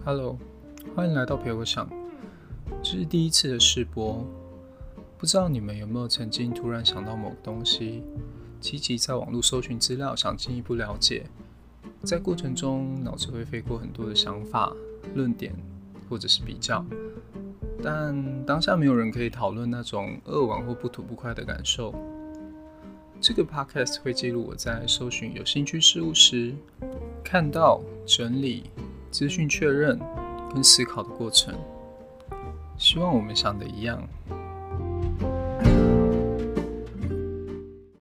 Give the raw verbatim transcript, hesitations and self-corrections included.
Hello，欢迎来到陪我想。这是第一次的试播，不知道你们有没有曾经突然想到某个东西，积极在网络搜寻资料，想进一步了解。在过程中，脑子会飞过很多的想法、论点或者是比较，但当下没有人可以讨论那种扼腕或不吐不快的感受。这个 podcast 会记录我在搜寻有兴趣事物时，看到、整理、资讯确认跟思考的过程。希望我们想的一样，